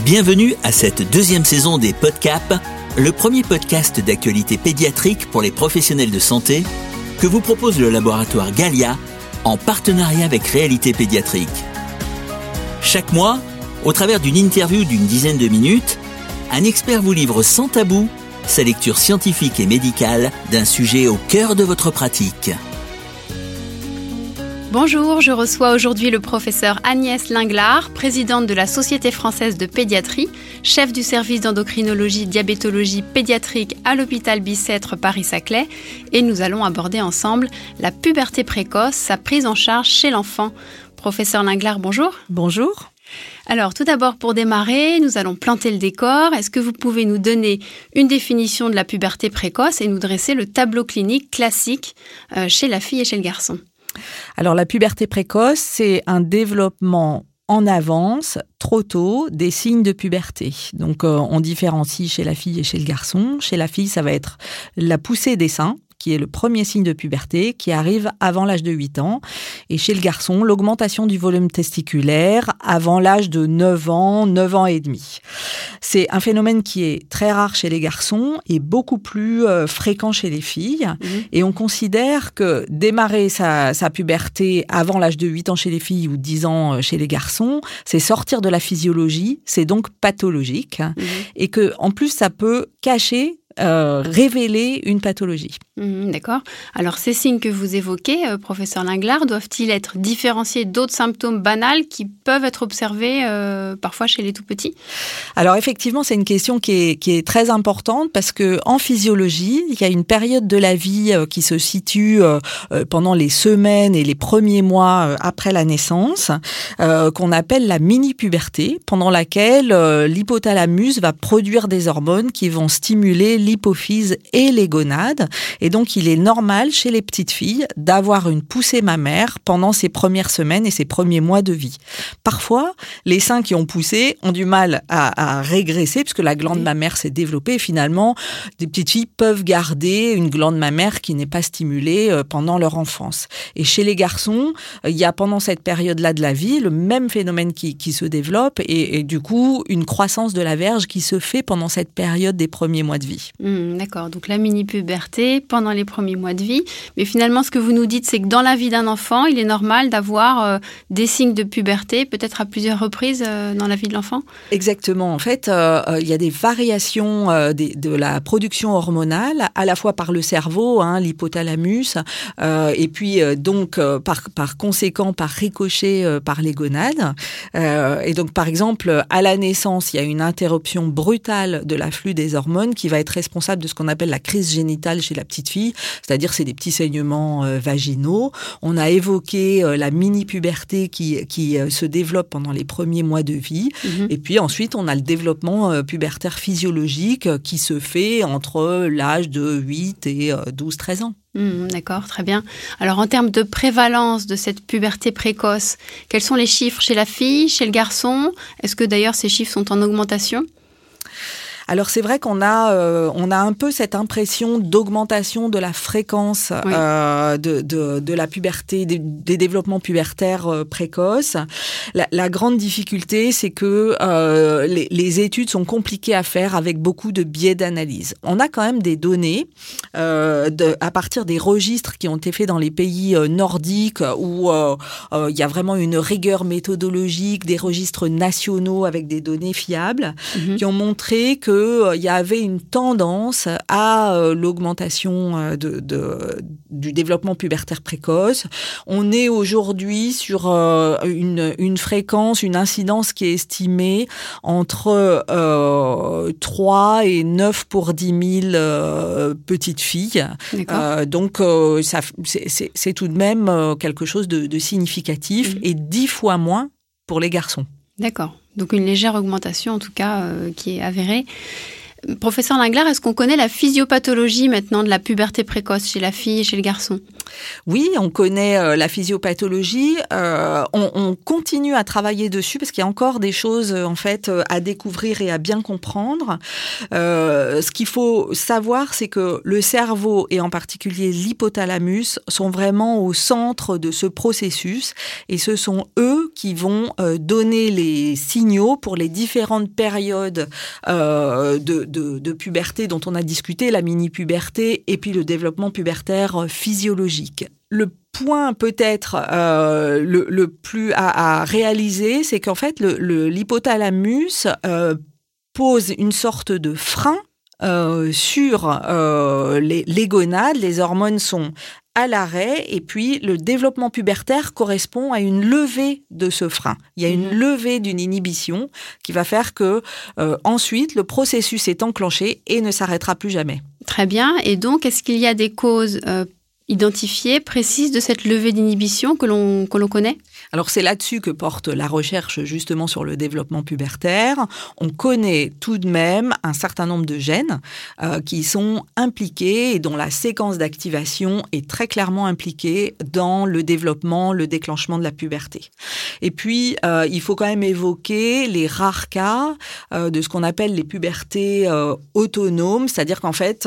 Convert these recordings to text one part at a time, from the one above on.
Bienvenue à cette deuxième saison des Podcap, le premier podcast d'actualité pédiatrique pour les professionnels de santé que vous propose le laboratoire Galia en partenariat avec Réalité Pédiatrique. Chaque mois, au travers d'une interview d'une dizaine de minutes, un expert vous livre sans tabou sa lecture scientifique et médicale d'un sujet au cœur de votre pratique. Bonjour, je reçois aujourd'hui le professeur Agnès Linglard, présidente de la Société française de pédiatrie, chef du service d'endocrinologie diabétologie pédiatrique à l'hôpital Bicêtre Paris-Saclay, et nous allons aborder ensemble la puberté précoce, sa prise en charge chez l'enfant. Professeur Linglard, bonjour. Bonjour. Alors, tout d'abord, pour démarrer, nous allons planter le décor. Est-ce que vous pouvez nous donner une définition de la puberté précoce et nous dresser le tableau clinique classique chez la fille et chez le garçon ? Alors, la puberté précoce, c'est un développement en avance, trop tôt, des signes de puberté. Donc, on différencie chez la fille et chez le garçon. Chez la fille, ça va être la poussée des seins, qui est le premier signe de puberté, qui arrive avant l'âge de 8 ans. Et chez le garçon, l'augmentation du volume testiculaire avant l'âge de 9 ans et demi. C'est un phénomène qui est très rare chez les garçons et beaucoup plus fréquent chez les filles. Et on considère que démarrer sa puberté avant l'âge de 8 ans chez les filles ou 10 ans chez les garçons, c'est sortir de la physiologie, c'est donc pathologique. Et que en plus, ça peut cacher révéler une pathologie. D'accord. Alors, ces signes que vous évoquez, professeur Linglard, doivent-ils être différenciés d'autres symptômes banals qui peuvent être observés parfois chez les tout-petits ? Alors, effectivement, c'est une question qui est très importante parce que en physiologie, il y a une période de la vie qui se situe pendant les semaines et les premiers mois après la naissance, qu'on appelle la mini-puberté, pendant laquelle l'hypothalamus va produire des hormones qui vont stimuler l'hypophyse et les gonades. Et donc, il est normal chez les petites filles d'avoir une poussée mammaire pendant ces premières semaines et ces premiers mois de vie. Parfois, les seins qui ont poussé ont du mal à régresser puisque la glande mammaire s'est développée. Et finalement, des petites filles peuvent garder une glande mammaire qui n'est pas stimulée pendant leur enfance. Et chez les garçons, il y a pendant cette période-là de la vie le même phénomène qui se développe et du coup, une croissance de la verge qui se fait pendant cette période des premiers mois de vie. D'accord, donc la mini-puberté pendant les premiers mois de vie. Mais finalement, ce que vous nous dites, c'est que dans la vie d'un enfant, il est normal d'avoir des signes de puberté, peut-être à plusieurs reprises dans la vie de l'enfant ? Exactement. En fait, il y a des variations de la production hormonale, à la fois par le cerveau, l'hypothalamus, et puis donc par conséquent, par ricochet, par les gonades. Et donc, par exemple, à la naissance, il y a une interruption brutale de l'afflux des hormones qui va être responsable de ce qu'on appelle la crise génitale chez la petite fille, c'est-à-dire c'est des petits saignements vaginaux. On a évoqué la mini-puberté qui se développe pendant les premiers mois de vie. Et puis ensuite, on a le développement pubertaire physiologique qui se fait entre l'âge de 8 et 12-13 ans. D'accord, très bien. Alors, en termes de prévalence de cette puberté précoce, quels sont les chiffres chez la fille, chez le garçon ? Est-ce que d'ailleurs ces chiffres sont en augmentation ? Alors c'est vrai qu'on a un peu cette impression d'augmentation de la fréquence de la puberté, des développements pubertaires précoces. La grande difficulté, c'est que les études sont compliquées à faire avec beaucoup de biais d'analyse. On a quand même des données à partir des registres qui ont été faits dans les pays nordiques où il y a vraiment une rigueur méthodologique, des registres nationaux avec des données fiables qui ont montré qu'il y avait une tendance à l'augmentation du développement pubertaire précoce. On est aujourd'hui sur une fréquence, une incidence qui est estimée entre 3 et 9 pour 10 000 petites filles. Donc, c'est tout de même quelque chose de significatif et 10 fois moins pour les garçons. D'accord. Donc une légère augmentation, en tout cas, qui est avérée. Professeur Linglard, est-ce qu'on connaît la physiopathologie maintenant de la puberté précoce chez la fille et chez le garçon ? Oui, on connaît la physiopathologie. On continue à travailler dessus parce qu'il y a encore des choses en fait à découvrir et à bien comprendre. Ce qu'il faut savoir, c'est que le cerveau et en particulier l'hypothalamus sont vraiment au centre de ce processus et ce sont eux qui vont donner les signaux pour les différentes périodes de puberté dont on a discuté, la mini-puberté et puis le développement pubertaire physiologique. Le point peut-être le plus à réaliser, c'est qu'en fait l'hypothalamus pose une sorte de frein sur les gonades. Les hormones sont à l'arrêt et puis le développement pubertaire correspond à une levée de ce frein. Il y a une levée d'une inhibition qui va faire que ensuite le processus est enclenché et ne s'arrêtera plus jamais. Très bien. Et donc, est-ce qu'il y a des causes identifiées, précises de cette levée d'inhibition que l'on connaît ? Alors, c'est là-dessus que porte la recherche justement sur le développement pubertaire. On connaît tout de même un certain nombre de gènes qui sont impliqués et dont la séquence d'activation est très clairement impliquée dans le développement, le déclenchement de la puberté. Et puis, il faut quand même évoquer les rares cas de ce qu'on appelle les pubertés autonomes, c'est-à-dire qu'en fait,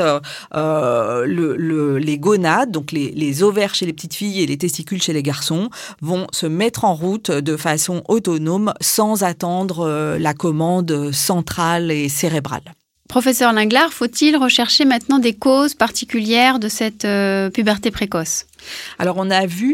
les gonades, donc les ovaires chez les petites filles et les testicules chez les garçons, vont se mettre en route de façon autonome sans attendre la commande centrale et cérébrale. Professeur Linglard, faut-il rechercher maintenant des causes particulières de cette puberté précoce ? Alors, on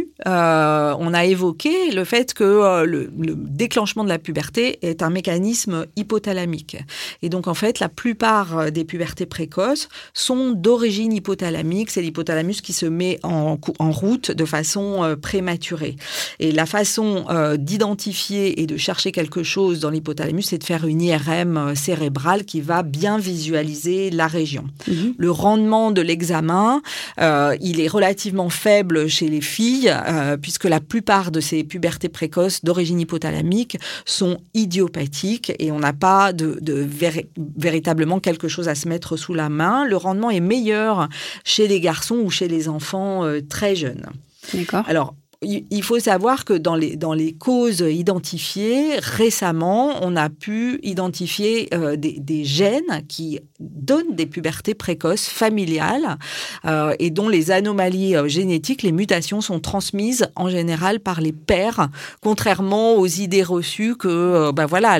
a évoqué le fait que le déclenchement de la puberté est un mécanisme hypothalamique. Et donc, en fait, la plupart des pubertés précoces sont d'origine hypothalamique. C'est l'hypothalamus qui se met en route de façon prématurée. Et la façon d'identifier et de chercher quelque chose dans l'hypothalamus, c'est de faire une IRM cérébrale qui va bien visualiser la région. Le rendement de l'examen, il est relativement faible chez les filles, puisque la plupart de ces pubertés précoces d'origine hypothalamique sont idiopathiques et on n'a pas véritablement quelque chose à se mettre sous la main. Le rendement est meilleur chez les garçons ou chez les enfants très jeunes. D'accord. Alors, il faut savoir que dans les causes identifiées, récemment, on a pu identifier des gènes qui donnent des pubertés précoces familiales et dont les anomalies génétiques, les mutations sont transmises en général par les pères, contrairement aux idées reçues que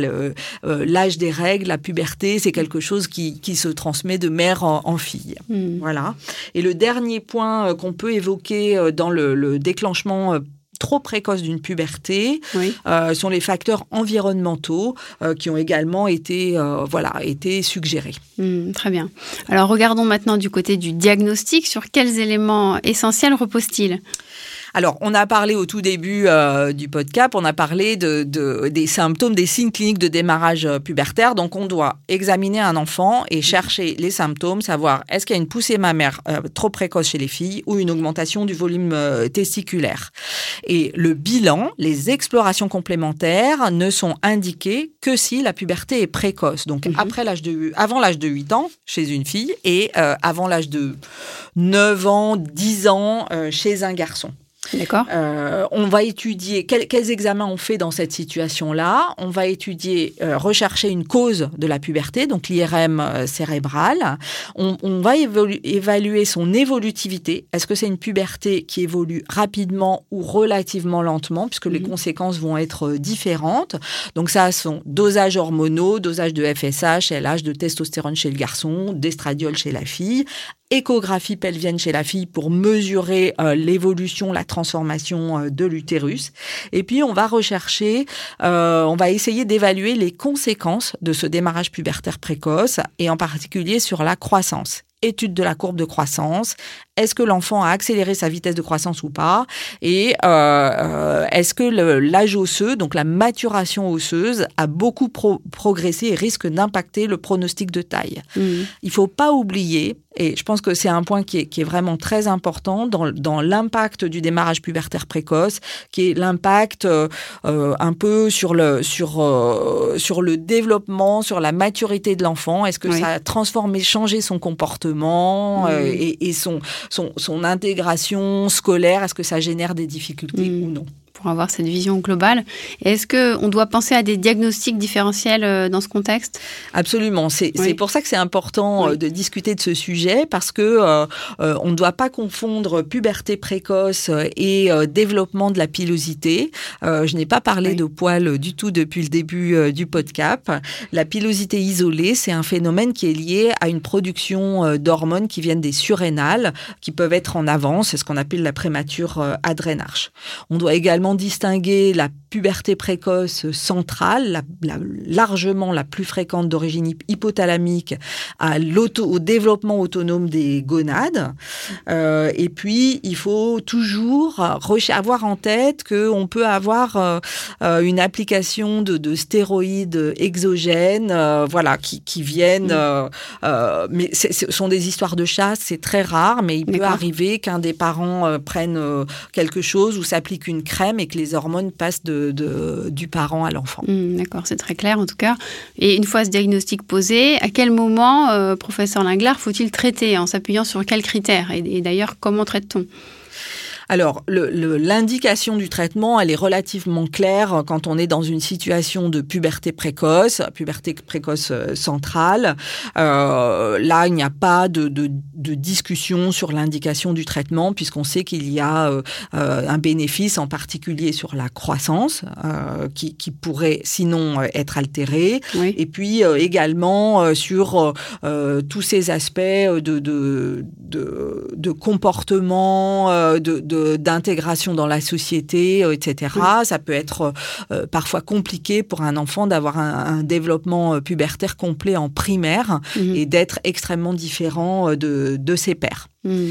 l'âge des règles, la puberté, c'est quelque chose qui se transmet de mère en fille. Voilà. Et le dernier point qu'on peut évoquer dans le déclenchement trop précoce d'une puberté sont les facteurs environnementaux qui ont également été suggérés. Très bien. Alors, regardons maintenant du côté du diagnostic. Sur quels éléments essentiels repose-t-il ? Alors, on a parlé au tout début du podcast, on a parlé des symptômes, des signes cliniques de démarrage pubertaire. Donc, on doit examiner un enfant et chercher les symptômes, savoir est-ce qu'il y a une poussée mammaire trop précoce chez les filles ou une augmentation du volume testiculaire. Et le bilan, les explorations complémentaires ne sont indiquées que si la puberté est précoce. Donc, avant l'âge de 8 ans chez une fille et avant l'âge de 9 ans, 10 ans chez un garçon. D'accord. On va étudier quels examens on fait dans cette situation-là. On va étudier, rechercher une cause de la puberté, donc l'IRM cérébrale. On va évaluer son évolutivité. Est-ce que c'est une puberté qui évolue rapidement ou relativement lentement, puisque les conséquences vont être différentes. Donc ça, sont dosages hormonaux, dosage de FSH, LH, de testostérone chez le garçon, d'estradiol chez la fille, échographie pelvienne chez la fille pour mesurer l'évolution, la transformation de l'utérus. Et puis, on va rechercher, on va essayer d'évaluer les conséquences de ce démarrage pubertaire précoce et en particulier sur la croissance. Étude de la courbe de croissance. Est-ce que l'enfant a accéléré sa vitesse de croissance ou pas ? Et est-ce que l'âge osseux, donc la maturation osseuse, a beaucoup progressé et risque d'impacter le pronostic de taille ? Il ne faut pas oublier, et je pense que c'est un point qui est vraiment très important dans l'impact du démarrage pubertaire précoce, qui est l'impact un peu sur le développement, sur la maturité de l'enfant. Est-ce que ça a transformé, changé son comportement et son intégration scolaire, est-ce que ça génère des difficultés ou non. Pour avoir cette vision globale. Est-ce qu'on doit penser à des diagnostics différentiels dans ce contexte ? Absolument. C'est pour ça que c'est important de discuter de ce sujet, parce que on ne doit pas confondre puberté précoce et développement de la pilosité. Je n'ai pas parlé de poils du tout depuis le début du podcast. La pilosité isolée, c'est un phénomène qui est lié à une production d'hormones qui viennent des surrénales, qui peuvent être en avance, c'est ce qu'on appelle la prémature adrénarche. On doit également distinguer la puberté précoce centrale, largement la plus fréquente d'origine hypothalamique, au développement autonome des gonades. Et puis, il faut toujours avoir en tête qu'on peut avoir une application de stéroïdes exogènes, qui viennent. Mais ce sont des histoires de chasse, c'est très rare, mais il peut arriver qu'un des parents prenne quelque chose ou s'applique une crème et que les hormones passent du parent à l'enfant. D'accord, c'est très clair en tout cas. Et une fois ce diagnostic posé, à quel moment, professeur Linglard, faut-il traiter ? En s'appuyant sur quels critères ? Et d'ailleurs, comment traite-t-on ? Alors, l'indication du traitement, elle est relativement claire quand on est dans une situation de puberté précoce centrale. Là, il n'y a pas de discussion sur l'indication du traitement, puisqu'on sait qu'il y a un bénéfice, en particulier sur la croissance, qui pourrait sinon être altérée. Oui. Et puis également sur tous ces aspects de comportement, d'intégration dans la société, etc. Oui. Ça peut être parfois compliqué pour un enfant d'avoir un développement pubertaire complet en primaire et d'être extrêmement différent de ses pairs.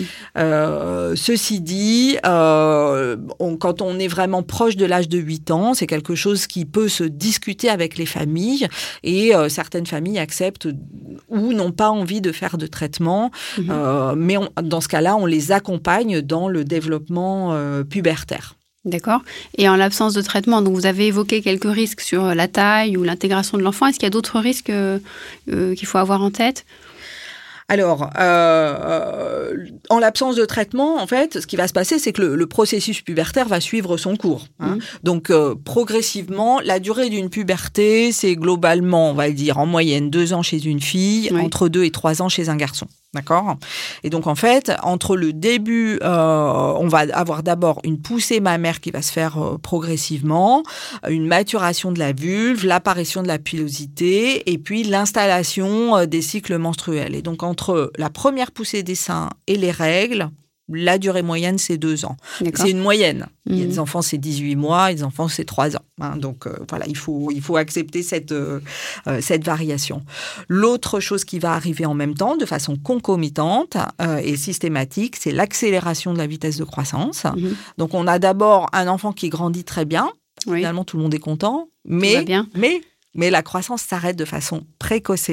Ceci dit, quand on est vraiment proche de l'âge de 8 ans, c'est quelque chose qui peut se discuter avec les familles et certaines familles acceptent ou n'ont pas envie de faire de traitement, mais dans ce cas-là, on les accompagne dans le développement pubertaire. D'accord. Et en l'absence de traitement, donc vous avez évoqué quelques risques sur la taille ou l'intégration de l'enfant. Est-ce qu'il y a d'autres risques qu'il faut avoir en tête ? Alors, en l'absence de traitement, en fait, ce qui va se passer, c'est que le processus pubertaire va suivre son cours. Donc, progressivement, la durée d'une puberté, c'est globalement, on va dire, en moyenne 2 ans chez une fille, entre 2 et 3 ans chez un garçon. D'accord ? Et donc, en fait, entre le début, on va avoir d'abord une poussée mammaire qui va se faire progressivement, une maturation de la vulve, l'apparition de la pilosité et puis l'installation des cycles menstruels. Et donc, entre la première poussée des seins et les règles, la durée moyenne, c'est 2 ans. C'est une moyenne. Il y a des enfants, c'est 18 mois, et des enfants, c'est 3 ans. Donc, voilà, il faut accepter cette variation. L'autre chose qui va arriver en même temps, de façon concomitante et systématique, c'est l'accélération de la vitesse de croissance. Donc, on a d'abord un enfant qui grandit très bien. Finalement, tout le monde est content. Mais la croissance s'arrête de façon précoce.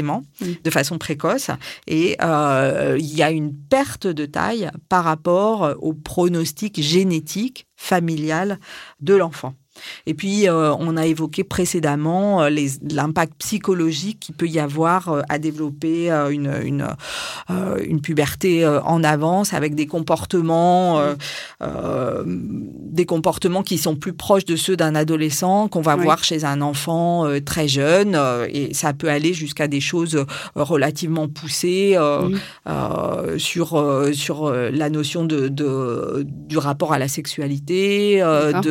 Et il y a une perte de taille par rapport au pronostic génétique familial de l'enfant. Et puis, on a évoqué précédemment l'impact psychologique qu'il peut y avoir à développer une puberté en avance avec des comportements qui sont plus proches de ceux d'un adolescent qu'on va voir chez un enfant très jeune. Et ça peut aller jusqu'à des choses relativement poussées sur la notion du rapport à la sexualité,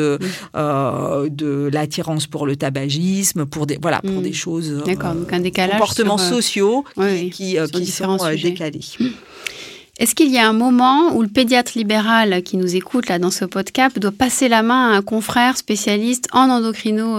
de l'attirance pour le tabagisme, pour des choses, donc un décalage comportements sociaux qui sont décalés. Est-ce qu'il y a un moment où le pédiatre libéral qui nous écoute là dans ce podcast doit passer la main à un confrère spécialiste en endocrinopédiatrie ?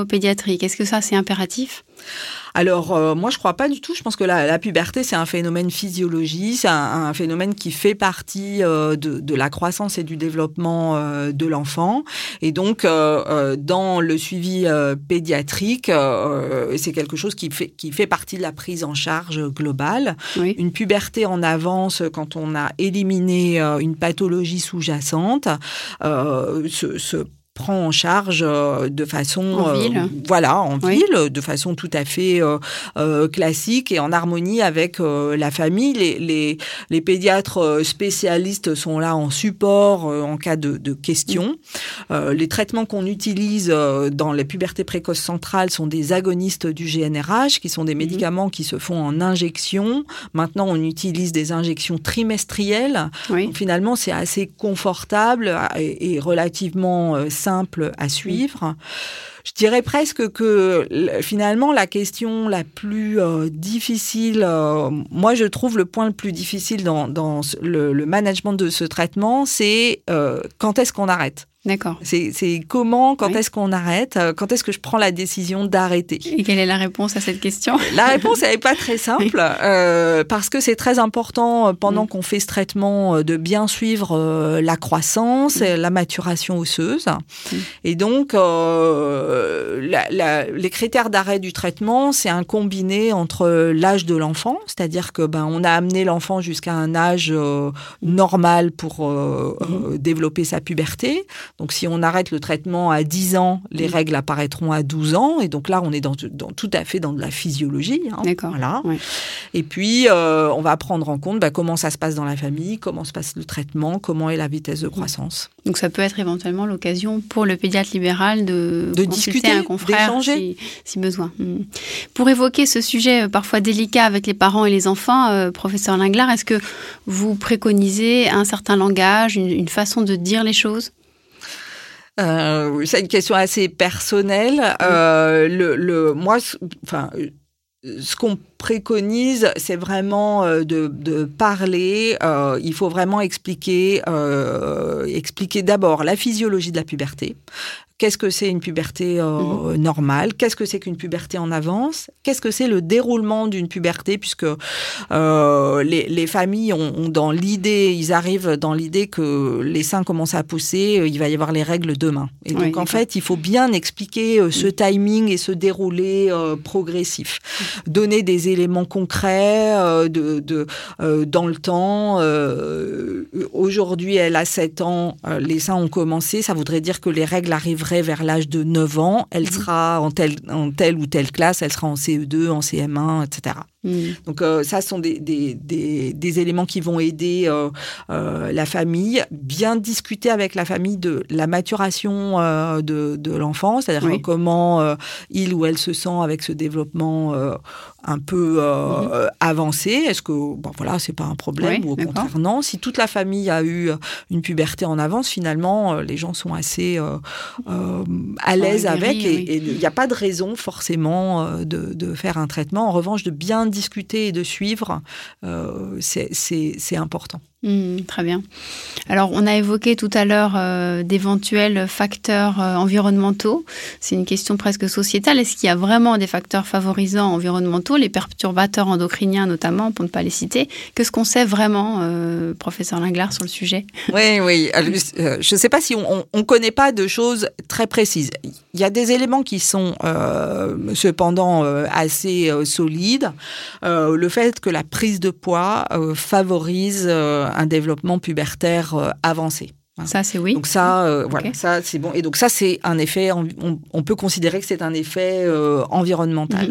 Est-ce que ça, c'est impératif ? Alors, moi, je crois pas du tout. Je pense que la puberté, c'est un phénomène physiologique, c'est un phénomène qui fait partie de la croissance et du développement de l'enfant. Et donc, dans le suivi pédiatrique, c'est quelque chose qui fait partie de la prise en charge globale. Une puberté en avance, quand on a éliminé une pathologie sous-jacente, se prend en charge de façon en ville, ville, de façon tout à fait classique et en harmonie avec la famille. Les pédiatres spécialistes sont là en support en cas de questions. Les traitements qu'on utilise dans les pubertés précoces centrales sont des agonistes du GnRH, qui sont des médicaments qui se font en injection. Maintenant, on utilise des injections trimestrielles. Donc, finalement, c'est assez confortable et relativement simple à suivre. Je dirais presque que finalement, la question la plus difficile, moi je trouve le point le plus difficile dans le management de ce traitement, c'est quand est-ce qu'on arrête ? D'accord. C'est comment, quand est-ce qu'on arrête, quand est-ce que je prends la décision d'arrêter. Et quelle est la réponse à cette question ? La réponse, elle n'est pas très simple, parce que c'est très important pendant qu'on fait ce traitement de bien suivre la croissance, la maturation osseuse. Et donc, les critères d'arrêt du traitement, c'est un combiné entre l'âge de l'enfant, c'est-à-dire que on a amené l'enfant jusqu'à un âge normal pour développer sa puberté. Donc, si on arrête le traitement à 10 ans, les règles apparaîtront à 12 ans. Et donc là, on est tout à fait dans de la physiologie. D'accord. Voilà. Ouais. Et puis, on va prendre en compte comment ça se passe dans la famille, comment se passe le traitement, comment est la vitesse de croissance. Donc, ça peut être éventuellement l'occasion pour le pédiatre libéral de discuter, un confrère si besoin. Pour évoquer ce sujet parfois délicat avec les parents et les enfants, professeur Linglard, est-ce que vous préconisez un certain langage, une façon de dire les choses ? C'est une question assez personnelle. Ce qu'on préconise, c'est vraiment de parler. Il faut vraiment expliquer d'abord la physiologie de la puberté. Qu'est-ce que c'est une puberté normale ? Qu'est-ce que c'est qu'une puberté en avance ? Qu'est-ce que c'est le déroulement d'une puberté ? Puisque les familles ont dans l'idée, ils arrivent dans l'idée que les seins commencent à pousser, il va y avoir les règles demain. Et donc, en fait, il faut bien expliquer ce timing et ce déroulé progressif. Donner des éléments concrets dans le temps. Aujourd'hui, elle a 7 ans, les seins ont commencé. Ça voudrait dire que les règles arriveraient vers l'âge de 9 ans, elle sera en telle ou telle classe, elle sera en CE2, en CM1, etc. Donc ça, ce sont des éléments qui vont aider la famille. Bien discuter avec la famille de la maturation de l'enfant, c'est-à-dire comment il ou elle se sent avec ce développement un peu avancé. Est-ce que c'est pas un problème ou au contraire non. Si toute la famille a eu une puberté en avance, finalement les gens sont assez à l'aise avec et il n'y a pas de raison forcément de faire un traitement. En revanche, de bien discuter et de suivre, c'est important. Très bien. Alors, on a évoqué tout à l'heure d'éventuels facteurs environnementaux. C'est une question presque sociétale. Est-ce qu'il y a vraiment des facteurs favorisants environnementaux, les perturbateurs endocriniens notamment, pour ne pas les citer ? Qu'est-ce qu'on sait vraiment, professeur Linglard, sur le sujet ? Oui. Alors, je ne sais pas si on connaît pas de choses très précises. Il y a des éléments qui sont cependant assez solides. Le fait que la prise de poids favorise un développement pubertaire avancé. Ça, c'est oui. Donc ça, ça, c'est bon. Et donc ça, c'est un effet, on peut considérer que c'est un effet environnemental.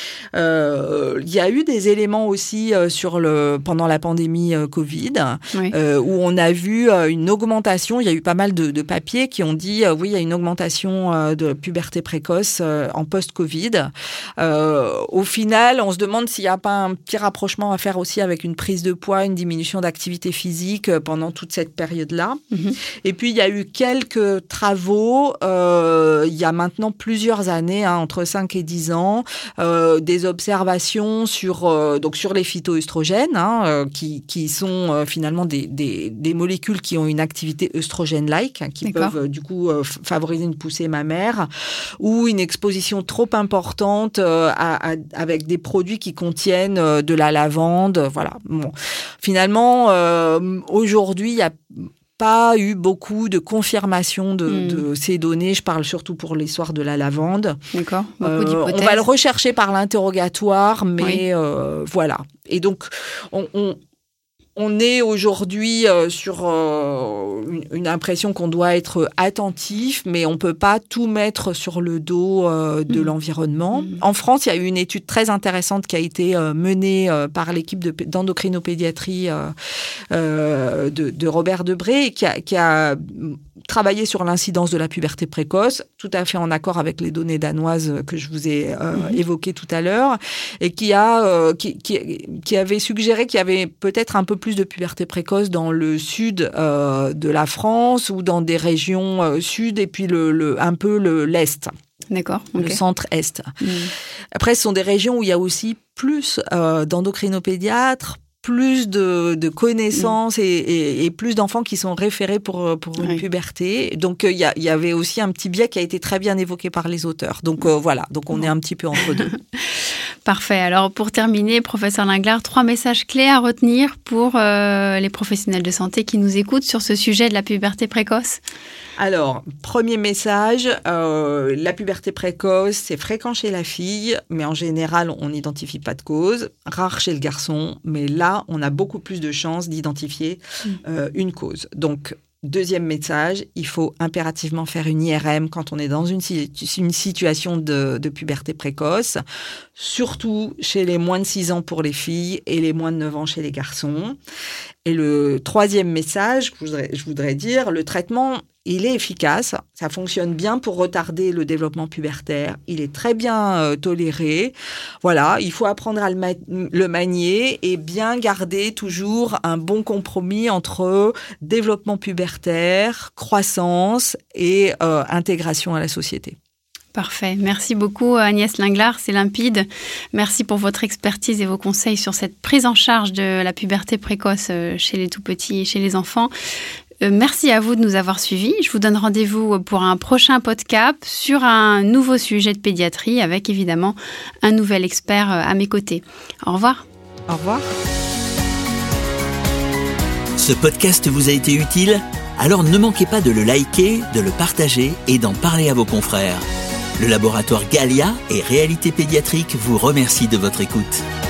Il y a eu des éléments aussi pendant la pandémie Covid, où on a vu une augmentation. Il y a eu pas mal de papiers qui ont dit, il y a une augmentation de puberté précoce en post-Covid. Au final, on se demande s'il n'y a pas un petit rapprochement à faire aussi avec une prise de poids, une diminution d'activité physique pendant toute cette période-là. Et puis, il y a eu quelques travaux, il y a maintenant plusieurs années, entre 5 et 10 ans, des observations sur les phytoœstrogènes, qui sont finalement des molécules qui ont une activité œstrogène-like, qui peuvent du coup favoriser une poussée mammaire, ou une exposition trop importante avec des produits qui contiennent de la lavande. Voilà. Bon. Finalement, aujourd'hui, il y a pas eu beaucoup de confirmation de ces données. Je parle surtout pour l'histoire de la lavande. D'accord. Beaucoup d'hypothèses. On va le rechercher par l'interrogatoire, mais voilà. Et donc, On est aujourd'hui sur une impression qu'on doit être attentif, mais on peut pas tout mettre sur le dos de l'environnement. En France, il y a eu une étude très intéressante qui a été menée par l'équipe d'endocrinopédiatrie de Robert Debré, et qui a travaillé sur l'incidence de la puberté précoce, tout à fait en accord avec les données danoises que je vous ai évoquées tout à l'heure, et qui avait suggéré qu'il y avait peut-être un peu plus de puberté précoce dans le sud de la France ou dans des régions sud et puis un peu l'est. D'accord. Okay. Le centre-est. Après, ce sont des régions où il y a aussi plus d'endocrinopédiatres, plus de connaissances et plus d'enfants qui sont référés pour une puberté. Donc, il y avait aussi un petit biais qui a été très bien évoqué par les auteurs. Donc, voilà. Donc, on est un petit peu entre deux. Parfait. Alors, pour terminer, professeur Linglard, 3 messages clés à retenir pour les professionnels de santé qui nous écoutent sur ce sujet de la puberté précoce. Alors, premier message, la puberté précoce, c'est fréquent chez la fille, mais en général, on n'identifie pas de cause. Rare chez le garçon, mais là, on a beaucoup plus de chances d'identifier une cause. Donc, deuxième message, il faut impérativement faire une IRM quand on est dans une situation de puberté précoce, surtout chez les moins de 6 ans pour les filles et les moins de 9 ans chez les garçons. Et le troisième message, je voudrais dire, le traitement, il est efficace, ça fonctionne bien pour retarder le développement pubertaire, il est très bien toléré. Voilà, il faut apprendre à le manier et bien garder toujours un bon compromis entre développement pubertaire, croissance et intégration à la société. Parfait. Merci beaucoup Agnès Linglard, c'est limpide. Merci pour votre expertise et vos conseils sur cette prise en charge de la puberté précoce chez les tout-petits et chez les enfants. Merci à vous de nous avoir suivis. Je vous donne rendez-vous pour un prochain podcast sur un nouveau sujet de pédiatrie avec évidemment un nouvel expert à mes côtés. Au revoir. Au revoir. Ce podcast vous a été utile ? Alors ne manquez pas de le liker, de le partager et d'en parler à vos confrères. Le laboratoire Galia et Réalité Pédiatrique vous remercie de votre écoute.